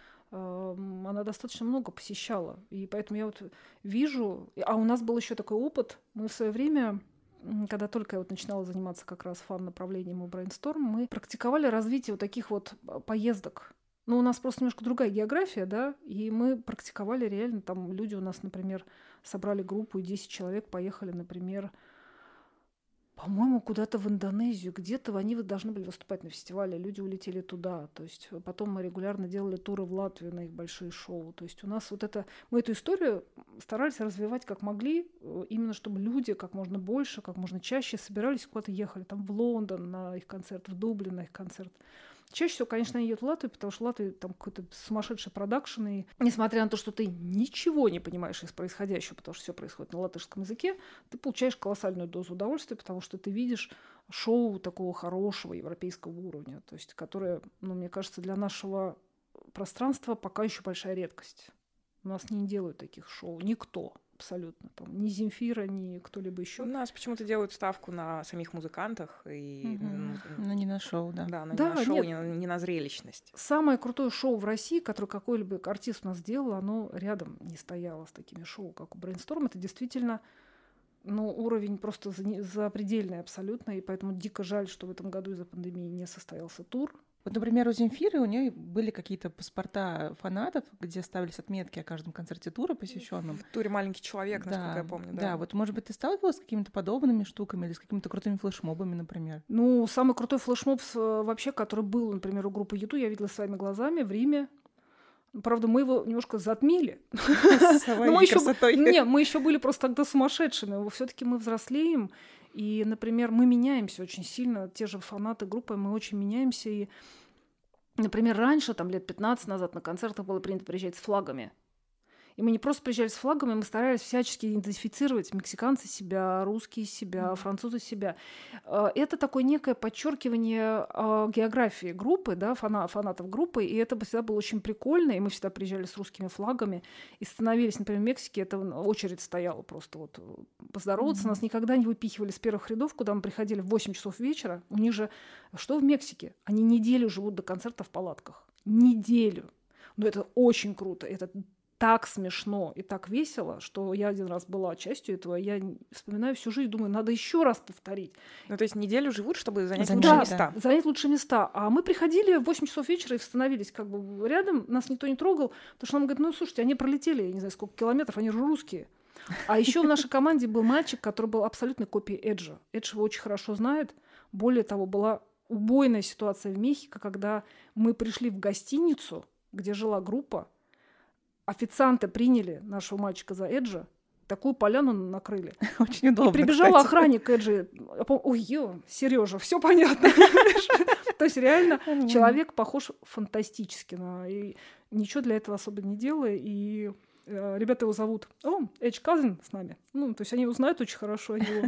C: Она достаточно много посещала. И поэтому я вот вижу... А у нас был еще такой опыт. Мы в свое время, когда только я вот начинала заниматься как раз фан-направлением у Brainstorm, мы практиковали развитие вот таких вот поездок Ну, у нас просто немножко другая география, да, и мы практиковали реально, там люди у нас, например, собрали группу, и десять человек поехали, например, по-моему, куда-то в Индонезию, где-то они должны были выступать на фестивале, люди улетели туда, то есть потом мы регулярно делали туры в Латвию на их большие шоу, то есть у нас вот это, мы эту историю старались развивать как могли, именно чтобы люди как можно больше, как можно чаще собирались, куда-то ехали, там в Лондон на их концерт, в Дублин на их концерт. Чаще всего, конечно, они едут в Латвию, потому что в Латвии там какой-то сумасшедший продакшн, и несмотря на то, что ты ничего не понимаешь из происходящего, потому что все происходит на латышском языке, ты получаешь колоссальную дозу удовольствия, потому что ты видишь шоу такого хорошего европейского уровня, то есть которое, ну, мне кажется, для нашего пространства пока еще большая редкость. У нас не делают таких шоу никто. Абсолютно. Там, ни Земфира, ни кто-либо еще.
B: У нас почему-то делают ставку на самих музыкантах. И,
A: угу. Ну, не на шоу, да.
B: Да, на,
C: да,
B: не на шоу,
C: нет.
B: не на, не на зрелищность.
C: Самое крутое шоу в России, которое какой-либо артист у нас делал, оно рядом не стояло с такими шоу, как у Brainstorm. Это действительно, ну, уровень просто запредельный абсолютно. И поэтому дико жаль, что в этом году из-за пандемии не состоялся тур.
A: Вот, например, у Земфиры у нее были какие-то паспорта фанатов, где ставились отметки о каждом концерте тура посвященном.
B: В туре «Маленький человек», насколько
A: да,
B: я помню. Да.
A: да, вот, может быть, ты сталкивалась с какими-то подобными штуками или с какими-то крутыми флешмобами, например?
C: Ну, самый крутой флешмоб вообще, который был, например, у группы юту, я видела своими глазами в Риме. Правда, мы его немножко затмили. Не, мы еще были просто тогда сумасшедшими. Все-таки мы взрослеем, и, например, мы меняемся очень сильно. Те же фанаты группы, мы очень меняемся. И, например, раньше, там лет пятнадцать назад, на концертах было принято приезжать с флагами. И мы не просто приезжали с флагами, мы старались всячески идентифицировать мексиканцы себя, русские себя, mm-hmm. французы себя. Это такое некое подчеркивание географии группы, да, фана, фанатов группы, и это всегда было очень прикольно, и мы всегда приезжали с русскими флагами и становились, например, в Мексике, это очередь стояла просто вот поздороваться. Mm-hmm. Нас никогда не выпихивали с первых рядов, куда мы приходили в восемь часов вечера. У них же, что в Мексике? Они неделю живут до концерта в палатках. Неделю. Но это очень круто. Это так смешно и так весело, что я один раз была частью этого, я вспоминаю всю жизнь, думаю, надо еще раз повторить.
B: Ну, то есть неделю живут, чтобы занять
A: да,
B: лучшие места.
C: Да, занять лучшие места. А мы приходили в восемь часов вечера и становились как бы рядом, нас никто не трогал, потому что нам говорят, ну, слушайте, они пролетели, я не знаю, сколько километров, они же русские. А еще в нашей команде был мальчик, который был абсолютной копией Эджа. Эдж его очень хорошо знает. Более того, была убойная ситуация в Мехико, когда мы пришли в гостиницу, где жила группа, официанты приняли нашего мальчика за Эджа, такую поляну накрыли.
A: Очень удобно,
C: и прибежал
A: кстати.
C: Охранник Эджи. Ой, ё, Сережа, все понятно. То есть реально человек похож фантастически. И ничего для этого особо не делая. И ребята его зовут О, Эдж Казин с нами. Ну, то есть они его знают очень хорошо. Они его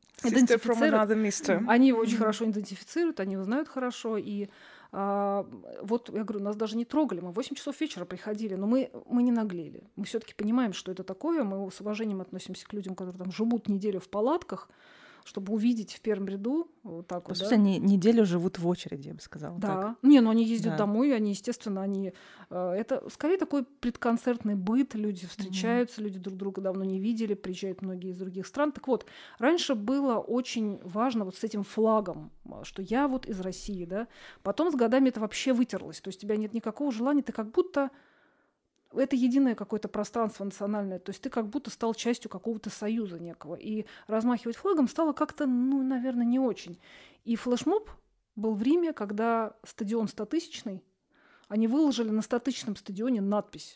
C: идентифицируют. Они его очень хорошо идентифицируют, они его знают хорошо. И А, вот, я говорю, нас даже не трогали, мы в восемь часов вечера приходили, но мы, мы не наглели. Мы все-таки понимаем, что это такое, мы с уважением относимся к людям, которые там живут неделю в палатках, чтобы увидеть в первом ряду вот так
A: По
C: вот.
A: сути,
C: да?
A: они неделю живут в очереди, я бы сказала.
C: Да.
A: Так.
C: Не, ну они ездят
A: да.
C: домой, они, естественно, они... Э, это скорее такой предконцертный быт, люди встречаются, mm-hmm. люди друг друга давно не видели, приезжают многие из других стран. Так вот, раньше было очень важно вот с этим флагом, что я вот из России, да. Потом с годами это вообще вытерлось, то есть у тебя нет никакого желания, ты как будто... Это единое какое-то пространство национальное. То есть ты как будто стал частью какого-то союза некого. И размахивать флагом стало как-то, ну, наверное, не очень. И флешмоб был в Риме, когда стадион стотысячный, они выложили на стотысячном стадионе надпись.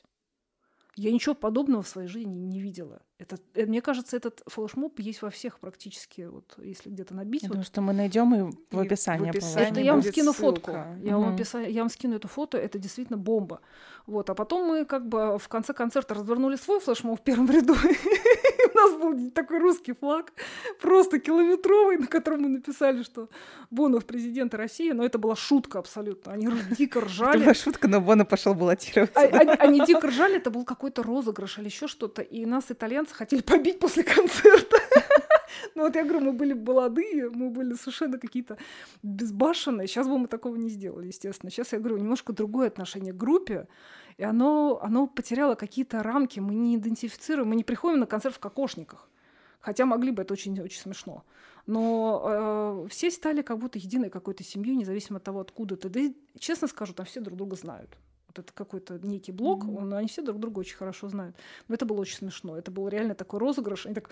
C: Я ничего подобного в своей жизни не видела. Это, мне кажется, этот флешмоб есть во всех практически, вот, если где-то набить.
A: Я
C: вот.
A: думаю, что мы найдем и в описании.
B: В описании
C: это я вам
B: будет
C: скину
B: ссылка.
C: фотку. Я,
A: угу.
C: вам описа... я вам скину эту фото. Это действительно бомба. Вот. А потом мы как бы в конце концерта развернули свой флешмоб в первом ряду. У нас был такой русский флаг, просто километровый, на котором мы написали, что Бонов президент России. Но это была шутка абсолютно. Они дико ржали.
A: Это была шутка, но Бонов пошел баллотироваться.
C: Они дико ржали. Это был какой-то розыгрыш или еще что-то. И нас итальянцы хотели побить после концерта. Ну вот я говорю, мы были молодые, мы были совершенно какие-то безбашенные. Сейчас бы мы такого не сделали, естественно. Сейчас, я говорю, немножко другое отношение к группе, и оно, оно потеряло какие-то рамки. Мы не идентифицируем, мы не приходим на концерт в кокошниках. Хотя могли бы, это очень, очень смешно. Но э, все стали как будто единой какой-то семьей, независимо от того, откуда ты. Да и, честно скажу, там все друг друга знают. Вот это какой-то некий блок, mm-hmm. он, они все друг друга очень хорошо знают. Но это было очень смешно. Это был реально такой розыгрыш. Они так,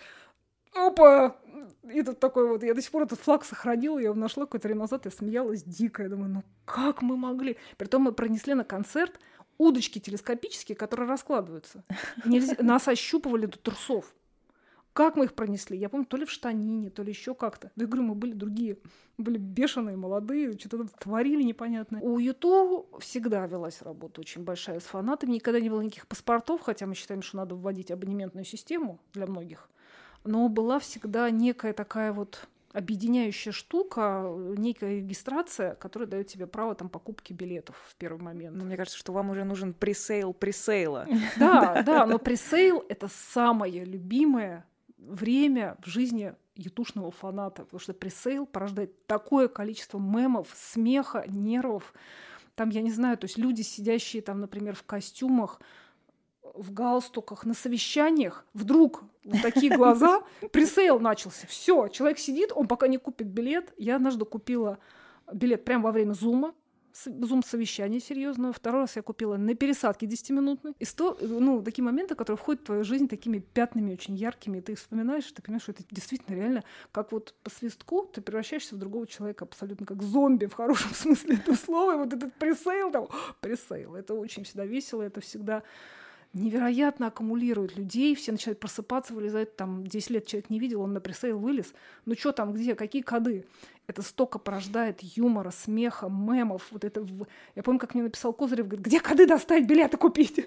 C: опа! И тут такой вот, я до сих пор этот флаг сохранила, я его нашла какое-то время назад, я смеялась дико. Я думаю, ну как мы могли? Притом мы пронесли на концерт удочки телескопические, которые раскладываются. Нельзя... Нас ощупывали до трусов. Как мы их пронесли? Я помню, то ли в штанине, то ли еще как-то. Да, я говорю, мы были другие. Мы были бешеные, молодые, что-то там творили непонятное. У Юту всегда велась работа очень большая с фанатами. Никогда не было никаких паспортов, хотя мы считаем, что надо вводить абонементную систему для многих. Но была всегда некая такая вот объединяющая штука, некая регистрация, которая дает тебе право там покупки билетов в первый момент.
B: Но мне кажется, что вам уже нужен пресейл пресейла.
C: Да, да, но пресейл — это самое любимое время в жизни ютушного фаната, потому что пресейл порождает такое количество мемов, смеха, нервов. Там, я не знаю, то есть люди, сидящие там, например, в костюмах, в галстуках, на совещаниях, вдруг вот такие глаза, пресейл начался. Все, человек сидит, он пока не купит билет. Я однажды купила билет прямо во время зума, зум-совещания серьезного. Второй раз я купила на пересадке десятиминутной. И сто, ну, такие моменты, которые входят в твою жизнь такими пятнами очень яркими, и ты их вспоминаешь, и ты понимаешь, что это действительно реально, как вот по свистку ты превращаешься в другого человека, абсолютно как зомби в хорошем смысле этого слова. И вот этот пресейл, там, пресейл, это очень всегда весело, это всегда невероятно аккумулирует людей, все начинают просыпаться, вылезать, там, десять лет человек не видел, он на пресейл вылез. Ну что там, где, какие коды? Это столько порождает юмора, смеха, мемов. Вот это... Я помню, как мне написал Козырев, говорит, где коды достать, билеты купить?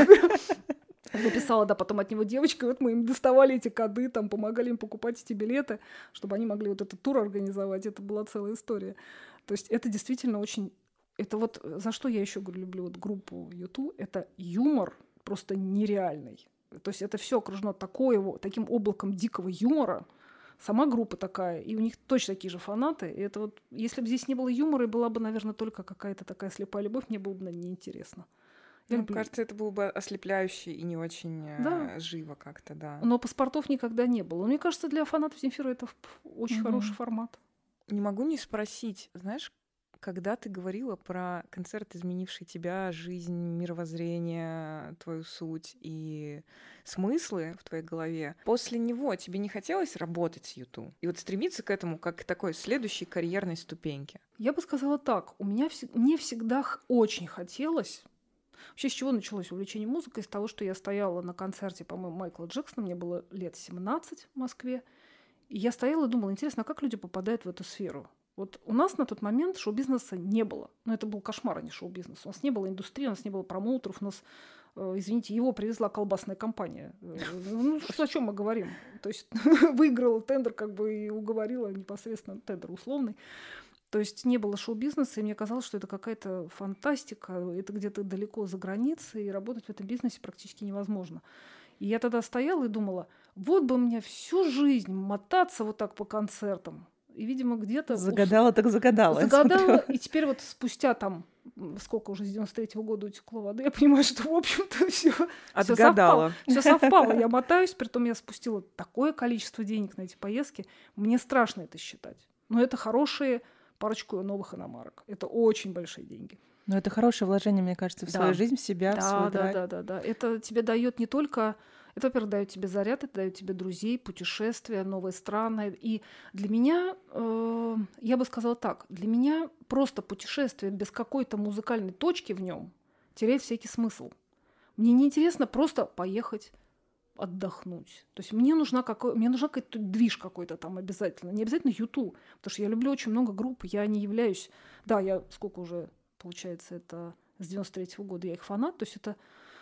C: Написала, да, потом от него девочка, и вот мы им доставали эти коды, там, помогали им покупать эти билеты, чтобы они могли вот этот тур организовать. Это была целая история. То есть это действительно очень... Это вот за что я еще говорю, люблю вот группу Юту, это юмор, просто нереальный. То есть это все окружено такое, таким облаком дикого юмора. Сама группа такая, и у них точно такие же фанаты. И это вот, если бы здесь не было юмора, и была бы, наверное, только какая-то такая слепая любовь, мне было бы неинтересно.
B: Мне кажется, это было бы ослепляюще и не очень да. живо как-то, да.
C: Но паспортов никогда не было. Мне кажется, для фанатов Земфира это очень mm-hmm. хороший формат.
B: Не могу не спросить, знаешь, когда ты говорила про концерт, изменивший тебя, жизнь, мировоззрение, твою суть и смыслы в твоей голове, после него тебе не хотелось работать с Юту? И вот стремиться к этому как к такой следующей карьерной ступеньке?
C: Я бы сказала так. У меня вс... Мне всегда очень хотелось... Вообще, с чего началось увлечение музыкой? С того, что я стояла на концерте, по-моему, Майкла Джексона, мне было лет семнадцать в Москве, и я стояла и думала, интересно, а как люди попадают в эту сферу? Вот у нас на тот момент шоу-бизнеса не было. Ну, это был кошмар, а не шоу-бизнес. У нас не было индустрии, у нас не было промоутеров, у нас, э, извините, его привезла колбасная компания. Ну, что, о чем мы говорим? То есть выиграла тендер, как бы и уговорила непосредственно тендер условный. То есть не было шоу-бизнеса, и мне казалось, что это какая-то фантастика, это где-то далеко за границей, и работать в этом бизнесе практически невозможно. И я тогда стояла и думала, вот бы мне всю жизнь мотаться вот так по концертам. И, видимо, где-то...
A: Загадала, так загадала.
C: Загадала, и теперь вот спустя там, сколько уже с девяносто третьего года утекло воды, я понимаю, что, в общем-то, все
B: отгадала.
C: Все совпало. Я мотаюсь, притом я спустила такое количество денег на эти поездки. Мне страшно это считать. Но это хорошие парочку новых иномарок. Это очень большие деньги.
A: Но это хорошее вложение, мне кажется, в да. свою жизнь, в себя,
C: да,
A: в свой
C: да,
A: драйв.
C: Да, да, да. Это тебе дает не только... Это, во-первых, дает тебе заряд, это дает тебе друзей, путешествия, новые страны. И для меня, э, я бы сказала так, для меня просто путешествие без какой-то музыкальной точки в нем теряет всякий смысл. Мне неинтересно просто поехать отдохнуть. То есть мне нужна какой, мне нужна какой-то движ какой-то там обязательно. Не обязательно Юту, потому что я люблю очень много групп. Я не являюсь... Да, я сколько уже, получается, это с девяносто третьего года я их фанат. То есть это...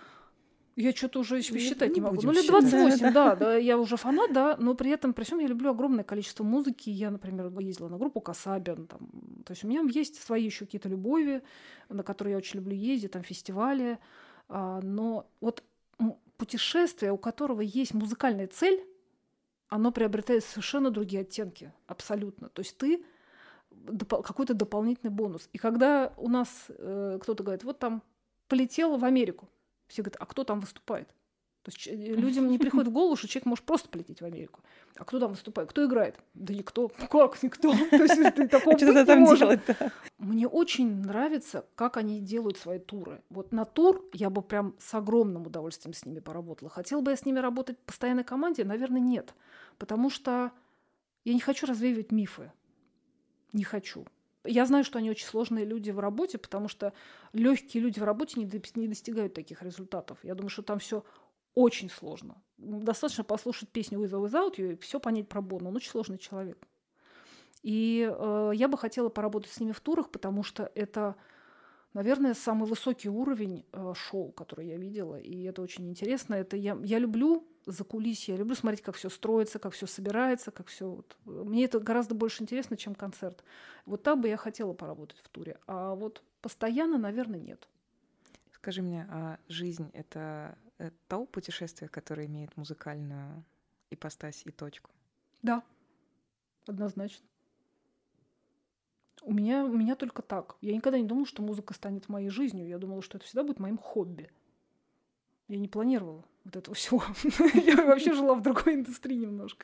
C: Я что-то уже считать не, не могу. Ну, лет двадцать восемь, да, да, я уже фанат, да, но при этом, при всем я люблю огромное количество музыки. Я, например, ездила на группу Касабин. Там, то есть у меня есть свои еще какие-то любови, на которые я очень люблю ездить, там, фестивали. А, но вот путешествие, у которого есть музыкальная цель, оно приобретает совершенно другие оттенки, абсолютно. То есть ты доп- какой-то дополнительный бонус. И когда у нас э, кто-то говорит, вот там полетела в Америку, все говорят, а кто там выступает? То есть людям не приходит в голову, что человек может просто полететь в Америку. А кто там выступает? Кто играет? Да никто. Как никто? То есть такого
A: Что-то там делать, да.
C: Мне очень нравится, как они делают свои туры. Вот на тур я бы прям с огромным удовольствием с ними поработала. Хотела бы я с ними работать в постоянной команде? Наверное, нет. Потому что я не хочу развеивать мифы. Не хочу. Я знаю, что они очень сложные люди в работе, потому что легкие люди в работе не достигают таких результатов. Я думаю, что там все очень сложно. Достаточно послушать песню «With or Without You» и все понять про Бона. Он очень сложный человек. И э, я бы хотела поработать с ними в турах, потому что это, наверное, самый высокий уровень э, шоу, который я видела. И это очень интересно. Это я, я люблю закулисье, я люблю смотреть, как все строится, как все собирается, как все. Вот. Мне это гораздо больше интересно, чем концерт. Вот так бы я хотела поработать в туре. А вот постоянно, наверное, нет.
B: Скажи мне, а жизнь — это, это то путешествие, которое имеет музыкальную ипостась и точку?
C: Да, однозначно. У меня, у меня только так. Я никогда не думала, что музыка станет моей жизнью. Я думала, что это всегда будет моим хобби. Я не планировала вот этого всего. Я вообще жила в другой индустрии немножко.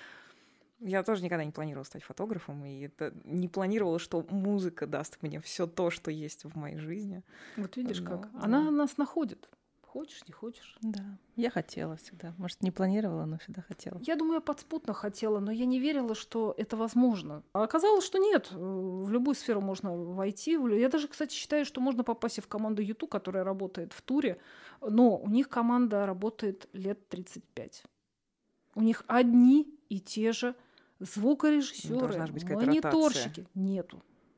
B: Я тоже никогда не планировала стать фотографом, и это не планировала, что музыка даст мне все то, что есть в моей жизни.
C: Вот видишь,
B: Но,
C: как.
B: да.
C: Она нас находит. Хочешь, не хочешь.
A: Да, я хотела всегда. Может, не планировала, но всегда хотела.
C: Я думаю, я подспутно хотела, но я не верила, что это возможно. А оказалось, что нет. В любую сферу можно войти. Я даже, кстати, считаю, что можно попасть и в команду юту, которая работает в туре, но у них команда работает лет тридцать пять. У них одни и те же звукорежиссеры, мониторщики. Нету.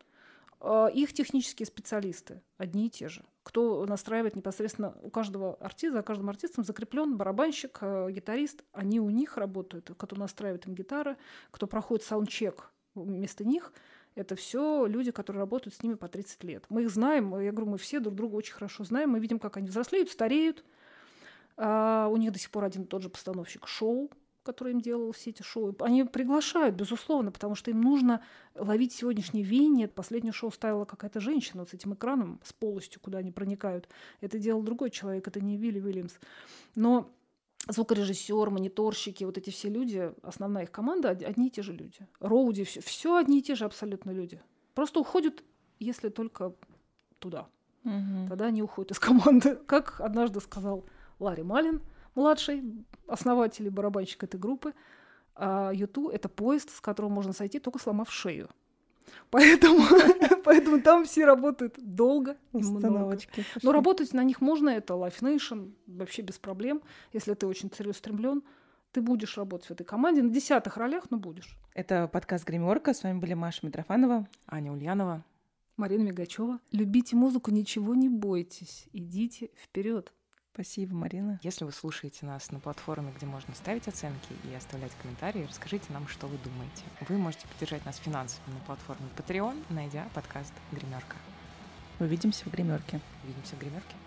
C: Их технические специалисты одни и те же. Кто настраивает непосредственно у каждого артиста, за каждым артистом закреплен барабанщик, гитарист. Они у них работают, кто настраивает им гитары, кто проходит саундчек вместо них. Это все люди, которые работают с ними по тридцать лет. Мы их знаем, я говорю, мы все друг друга очень хорошо знаем. Мы видим, как они взрослеют, стареют. А у них до сих пор один и тот же постановщик шоу, который им делал все эти шоу. Они приглашают, безусловно, потому что им нужно ловить сегодняшнее веяние. Последнее шоу ставила какая-то женщина вот с этим экраном, с полостью, куда они проникают. Это делал другой человек, это не Вилли Уильямс. Но звукорежиссер, мониторщики, вот эти все люди, основная их команда, одни и те же люди. Роуди, все, все одни и те же абсолютно люди. Просто уходят, если только туда.
A: Угу.
C: Тогда они уходят из команды. Как однажды сказал Ларри Малин, младший основатель и барабанщик этой группы, а юту — это поезд, с которого можно сойти, только сломав шею. Поэтому, поэтому там все работают долго и много. Но работать на них можно, это Live Nation, вообще без проблем. Если ты очень целеустремлен, ты будешь работать в этой команде на десятых ролях, но будешь.
A: Это подкаст «Гримерка». С вами были Маша Митрофанова,
B: Аня Ульянова,
C: Марина Мигачева. Любите музыку, ничего не бойтесь, идите вперед.
A: Спасибо, Марина.
B: Если вы слушаете нас на платформе, где можно ставить оценки и оставлять комментарии, расскажите нам, что вы думаете. Вы можете поддержать нас финансово на платформе Patreon, найдя подкаст «Гримерка».
A: Увидимся в «Гримерке».
B: Увидимся в «Гримерке».